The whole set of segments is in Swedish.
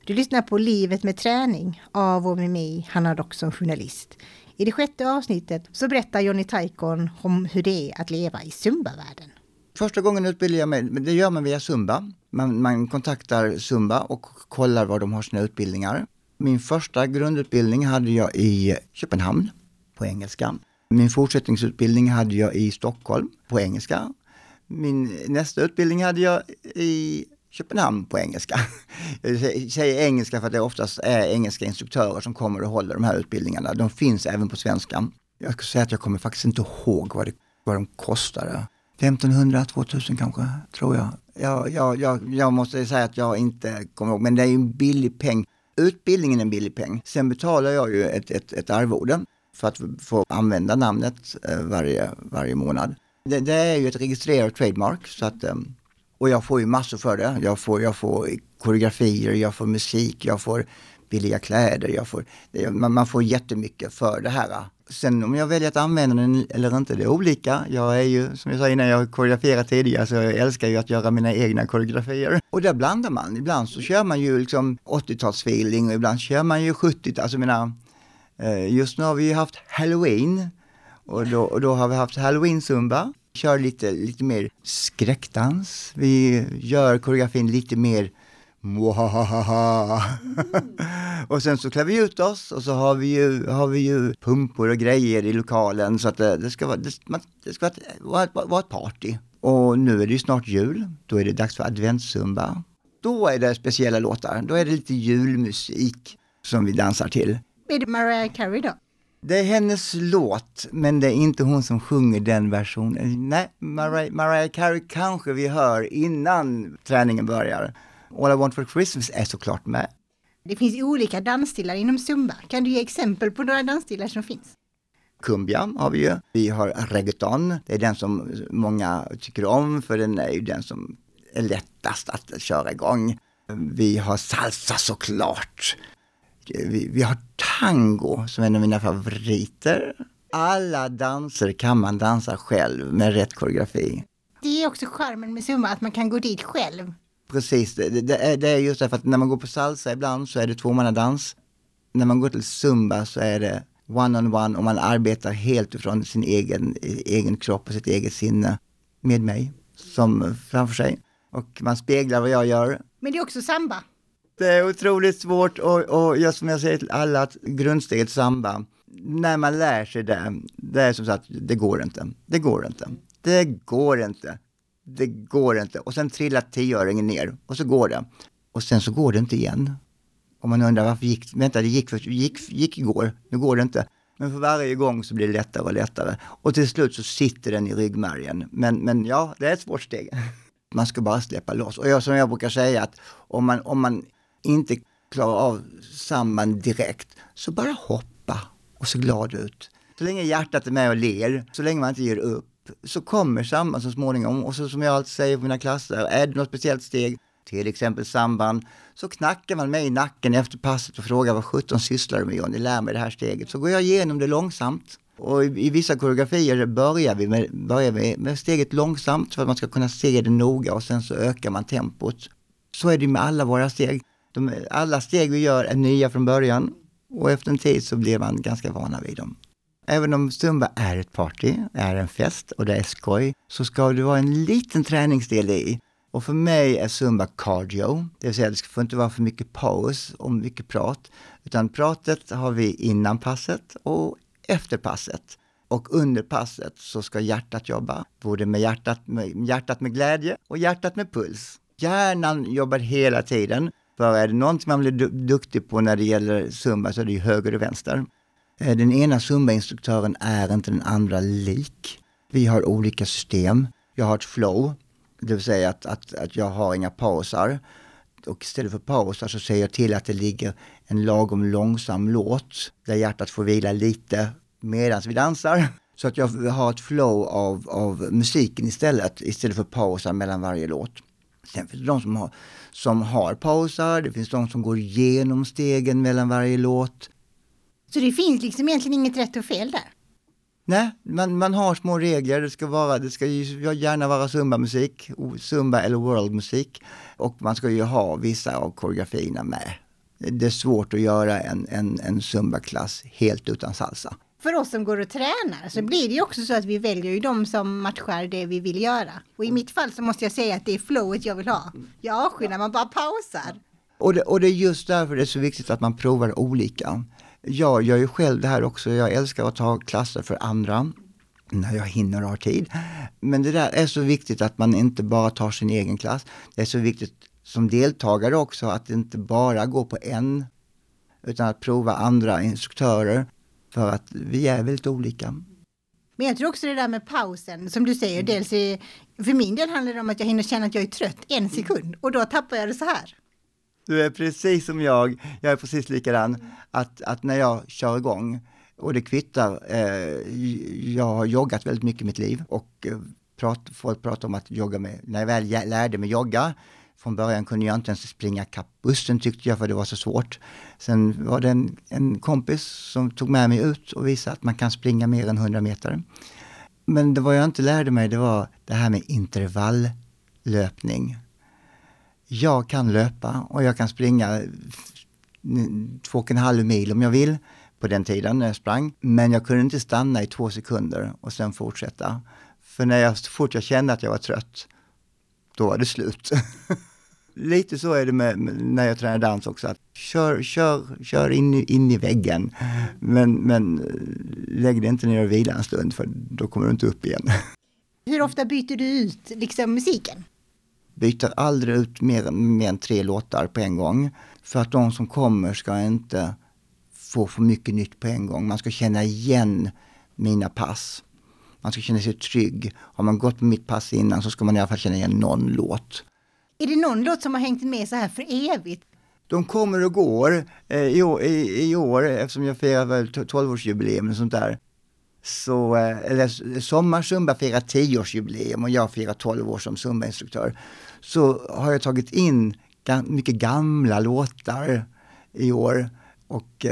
Du lyssnar på Livet med träning av och med mig, Hanna Roxon, journalist. I det 6:e avsnittet så berättar Johnny Taikon om hur det är att leva i Zumba-världen. Första gången utbildade jag mig, det gör man via Zumba. Man kontaktar Zumba och kollar var de har sina utbildningar. Min första grundutbildning hade jag i Köpenhamn på engelska. Min fortsättningsutbildning hade jag i Stockholm på engelska. Min nästa utbildning hade jag i Köpenhamn på engelska. Jag säger engelska för att det oftast är engelska instruktörer som kommer och håller de här utbildningarna. De finns även på svenska. Jag ska säga att jag kommer faktiskt inte ihåg vad de kostade. 1500-2000 kanske, tror jag. Jag måste säga att jag inte kommer ihåg, men det är ju en billig peng. Utbildningen är en billig peng. Sen betalar jag ju ett arvode för att få använda namnet varje månad. Det är ju ett registrerat trademark, så att, och jag får ju massor för det. Jag får koreografier, jag får musik, jag får billiga kläder, man får jättemycket för det här. Sen om jag väljer att använda den eller inte, det är olika. Jag är ju, som jag sa innan, jag har koreograferat tidigare, så jag älskar ju att göra mina egna koreografier. Och där blandar man. Ibland så kör man ju liksom 80-talsfeeling och ibland kör man ju 70-tal. Alltså just nu har vi ju haft Halloween och då har vi haft Halloween Zumba. Kör lite mer skräckdans. Vi gör koreografin lite mer och sen så klär vi ut oss och så har vi ju pumpor och grejer i lokalen, så att det ska vara ett party. Och nu är det ju snart jul, då är det dags för adventszumba. Då är det speciella låtar, då är det lite julmusik som vi dansar till. Är det Mariah Carey då? Det är hennes låt, men det är inte hon som sjunger den versionen. Nej, Mariah Carey kanske vi hör innan träningen börjar. All I Want for Christmas är såklart med. Det finns olika dansstilar inom Zumba. Kan du ge exempel på några dansstilar som finns? Cumbia har vi ju. Vi har reggaeton. Det är den som många tycker om, för den är ju den som är lättast att köra igång. Vi har salsa såklart. Vi har tango som är en av mina favoriter. Alla danser kan man dansa själv med rätt koreografi. Det är också charmen med Zumba, att man kan gå dit själv. Precis, det är just därför att när man går på salsa ibland så är det 2-mannadans. När man går till Zumba så är det one-on-one och man arbetar helt ifrån sin egen kropp och sitt eget sinne med mig som framför sig. Och man speglar vad jag gör. Men det är också samba. Det är otroligt svårt och just som jag säger till alla, att grundsteget samba, när man lär sig det är som sagt, det går inte. Och sen trillar 10-öringen ner och så går det. Och sen så går det inte igen. Och man undrar varför det gick igår, nu går det inte. Men för varje gång så blir det lättare och lättare. Och till slut så sitter den i ryggmärgen. Men ja, det är ett svårt steg. Man ska bara släppa loss. Och som jag brukar säga, att om man inte klarar av samman direkt, så bara hoppa och se glad ut. Så länge hjärtat är med och ler, så länge man inte ger upp, så kommer samman så småningom. Och så som jag alltid säger på mina klasser, är det något speciellt steg, till exempel samband, så knackar man mig i nacken efter passet och frågar vad 17 sysslar du med, Johnny, lär mig det här steget. Så går jag igenom det långsamt. Och i vissa koreografier börjar vi med steget långsamt för att man ska kunna se det noga, och sen så ökar man tempot. Så är det med alla våra steg. Alla steg vi gör är nya från början, och efter en tid så blir man ganska vana vid dem. Även om Zumba är ett party, är en fest och det är skoj, så ska det vara en liten träningsdel i. Och för mig är Zumba cardio, det vill säga det får inte vara för mycket paus och mycket prat, utan pratet har vi innan passet och efter passet. Och under passet så ska hjärtat jobba, både med hjärtat med glädje och hjärtat med puls. Hjärnan jobbar hela tiden, för är det någonting man blir duktig på när det gäller Zumba, så är det ju höger och vänster. Den ena Zumba-instruktören är inte den andra lik. Vi har olika system. Jag har ett flow, det vill säga att jag har inga pausar. Och istället för pausar så säger jag till att det ligger en lagom långsam låt där hjärtat får vila lite medan vi dansar. Så att jag har ett flow av musiken istället för pausar mellan varje låt. Sen finns det de som har pausar, det finns de som går igenom stegen mellan varje låt. Så det finns liksom egentligen inget rätt och fel där? Nej, man har små regler. Det ska ju gärna vara zumba-musik, zumba eller world-musik. Och man ska ju ha vissa av koreografierna med. Det är svårt att göra en zumba-klass helt utan salsa. För oss som går och tränar så blir det ju också så att vi väljer ju de som matchar det vi vill göra. Och i mitt fall så måste jag säga att det är flowet jag vill ha. Jag avskyr när man bara pausar. Och det är just därför det är så viktigt att man provar olika. Jag gör ju själv det här också. Jag älskar att ta klasser för andra när jag hinner och har tid. Men det där är så viktigt att man inte bara tar sin egen klass. Det är så viktigt som deltagare också att inte bara gå på en utan att prova andra instruktörer för att vi är väldigt olika. Men jag tror också det där med pausen som du säger, dels för min del handlar det om att jag hinner känna att jag är trött 1 sekund och då tappar jag det så här. Du är precis som jag är precis likadan, att när jag kör igång, och det kvittar, jag har joggat väldigt mycket i mitt liv och folk pratar om att jogga med, när jag väl lärde mig jogga, från början kunde jag inte ens springa kapp bussen tyckte jag för det var så svårt. Sen var det en kompis som tog med mig ut och visade att man kan springa mer än 100 meter. Men det vad jag inte lärde mig, det var det här med intervalllöpning. Jag kan löpa och jag kan springa 2,5 mil om jag vill på den tiden när jag sprang. Men jag kunde inte stanna i 2 sekunder och sen fortsätta. För så fort jag kände att jag var trött, då var det slut. Lite så är det med när jag tränar dans också. Att kör in i väggen. Men lägg det inte ner och vila en stund för då kommer du inte upp igen. Hur ofta byter du ut liksom musiken? Byter aldrig ut mer än 3 låtar på en gång. För att de som kommer ska inte få för mycket nytt på en gång. Man ska känna igen mina pass. Man ska känna sig trygg. Har man gått på mitt pass innan så ska man i alla fall känna igen någon låt. Är det någon låt som har hängt med så här för evigt? De kommer och går. I år, eftersom jag firar väl 12-årsjubileum och sånt där. Så, eller Sommar Zumba firar 10-årsjubileum och jag firar 12 år som Zumba-instruktör. Så har jag tagit in mycket gamla låtar i år. Och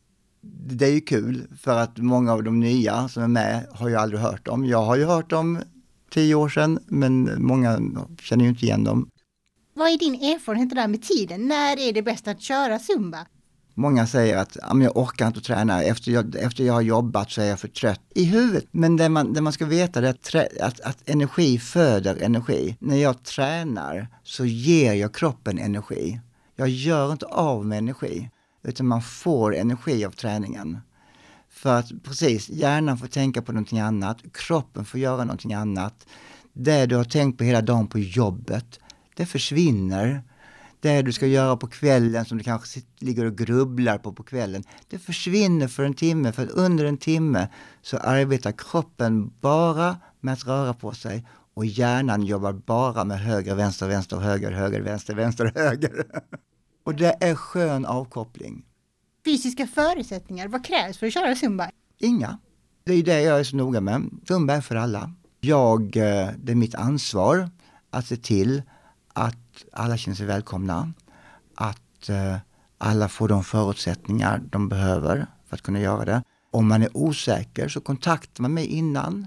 det är ju kul för att många av de nya som är med har jag aldrig hört om. Jag har ju hört dem 10 år sedan men många känner ju inte igen dem. Vad är din erfarenhet där med tiden? När är det bäst att köra Zumba? Många säger att jag orkar inte träna. Efter jag har jobbat så är jag för trött i huvudet. Men det man ska veta är att energi föder energi. När jag tränar så ger jag kroppen energi. Jag gör inte av med energi. Utan man får energi av träningen. För att precis, hjärnan får tänka på någonting annat. Kroppen får göra någonting annat. Det du har tänkt på hela dagen på jobbet, det försvinner. Det du ska göra på kvällen som du kanske ligger och grubblar på kvällen, det försvinner för en timme. För under en timme så arbetar kroppen bara med att röra på sig. Och hjärnan jobbar bara med höger, vänster, vänster, höger, höger, vänster, vänster, höger. Och det är skön avkoppling. Fysiska förutsättningar, vad krävs för att köra Zumba? Inga. Det är det jag är så noga med. Zumba är för alla. Det är mitt ansvar att se till att alla känner sig välkomna. Att alla får de förutsättningar de behöver för att kunna göra det. Om man är osäker så kontaktar man mig innan.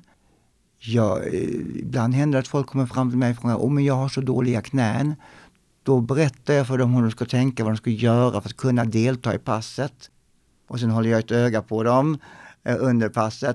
Ibland händer det att folk kommer fram till mig och frågar men jag har så dåliga knän. Då berättar jag för dem hur de ska tänka, vad de ska göra för att kunna delta i passet. Och sen håller jag ett öga på dem under passet.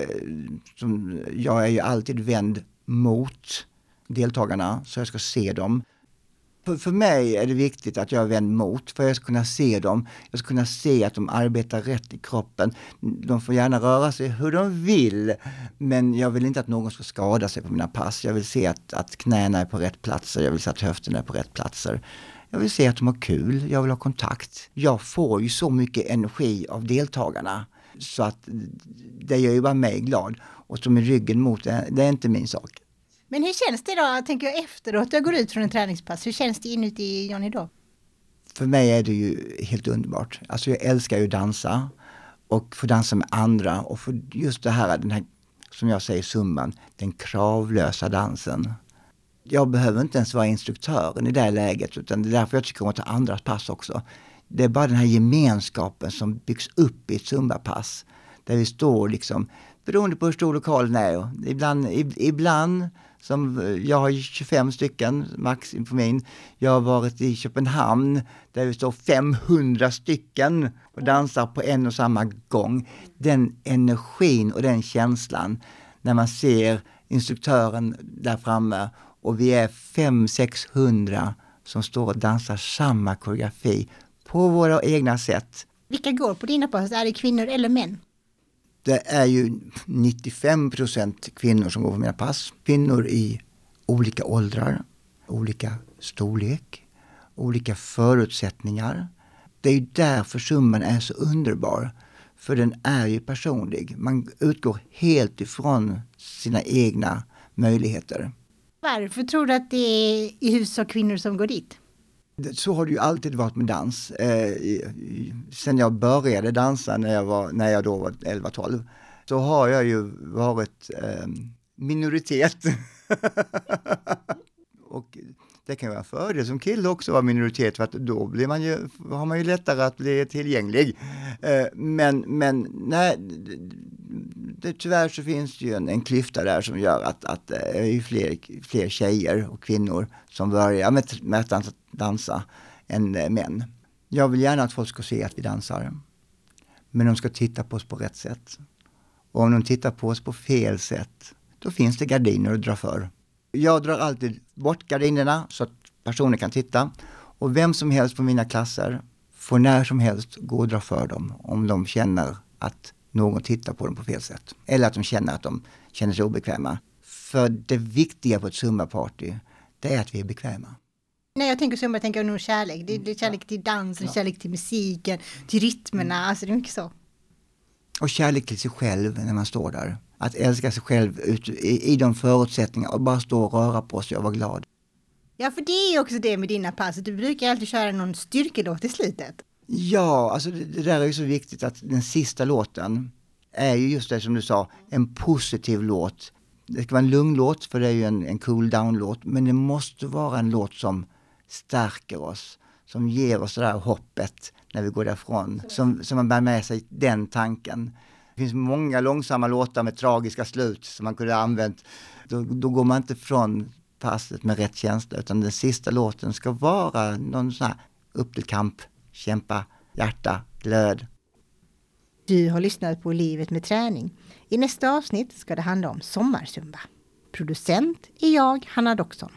Jag är ju alltid vänd mot deltagarna så jag ska se dem. För mig är det viktigt att jag är vänd mot för jag ska kunna se dem. Jag ska kunna se att de arbetar rätt i kroppen. De får gärna röra sig hur de vill. Men jag vill inte att någon ska skada sig på mina pass. Jag vill se att knäna är på rätt platser. Jag vill se att höften är på rätt platser. Jag vill se att de har kul. Jag vill ha kontakt. Jag får ju så mycket energi av deltagarna. Så att det gör ju bara mig glad. Och stå med ryggen mot det är inte min sak. Men hur känns det då, tänker jag efteråt, jag går ut från en träningspass. Hur känns det inuti Johnny då? För mig är det ju helt underbart. Alltså jag älskar ju att dansa och få dansa med andra. Och för just den här, som jag säger, zumban, den kravlösa dansen. Jag behöver inte ens vara instruktören i det läget utan det är därför jag tycker om att ta andras pass också. Det är bara den här gemenskapen som byggs upp i ett zumbapass. Där vi står liksom, beroende på hur stor lokalen är. Ibland Jag har 25 stycken max inför min. Jag har varit i Köpenhamn där vi står 500 stycken och dansar på en och samma gång. Den energin och den känslan när man ser instruktören där framme och vi är 500-600 som står och dansar samma koreografi på våra egna sätt. Vilka går på dina pass? Är det kvinnor eller män? Det är ju 95% kvinnor som går på mina pass. Kvinnor i olika åldrar, olika storlek, olika förutsättningar. Det är ju därför Zumban är så underbar. För den är ju personlig. Man utgår helt ifrån sina egna möjligheter. Varför tror du att det är i huvudsak kvinnor som går dit? Så har det ju alltid varit med dans. Sen jag började dansa när jag då var 11-12 så har jag ju varit minoritet. Och det kan ju vara en fördel som kille också vara minoritet för att då blir har man ju lättare att bli tillgänglig. Men nej, tyvärr så finns det ju en klyfta där som gör att det är fler tjejer och kvinnor som börjar med att dansa än män. Jag vill gärna att folk ska se att vi dansar. Men de ska titta på oss på rätt sätt. Och om de tittar på oss på fel sätt, då finns det gardiner att dra för. Jag drar alltid bort gardinerna så att personer kan titta. Och vem som helst på mina klasser får när som helst gå och dra för dem om de känner att någon tittar på dem på fel sätt. Eller att de känner sig obekväma. För det viktiga på ett Zumba-party, det är att vi är bekväma. När jag tänker Zumba tänker jag nog kärlek. Det är kärlek till dansen, kärlek till musiken, till rytmerna. Alltså det är mycket så. Och kärlek till sig själv när man står där. Att älska sig själv i de förutsättningarna och bara stå och röra på sig och vara glad. Ja, för det är också det med dina pass. Du brukar alltid köra någon styrkelåt i slutet. Ja, alltså det där är ju så viktigt att den sista låten är ju just det som du sa, en positiv låt. Det ska vara en lugn låt för det är ju en cool down-låt. Men det måste vara en låt som stärker oss. Som ger oss det där hoppet när vi går därifrån. Som man bär med sig den tanken. Det finns många långsamma låtar med tragiska slut som man kunde ha använt. Då går man inte från passet med rätt känsla. Utan den sista låten ska vara någon sån här upp till kamp, kämpa, hjärta, glöd. Du har lyssnat på Livet med träning. I nästa avsnitt ska det handla om sommarzumba. Producent är jag, Hanna Doxon.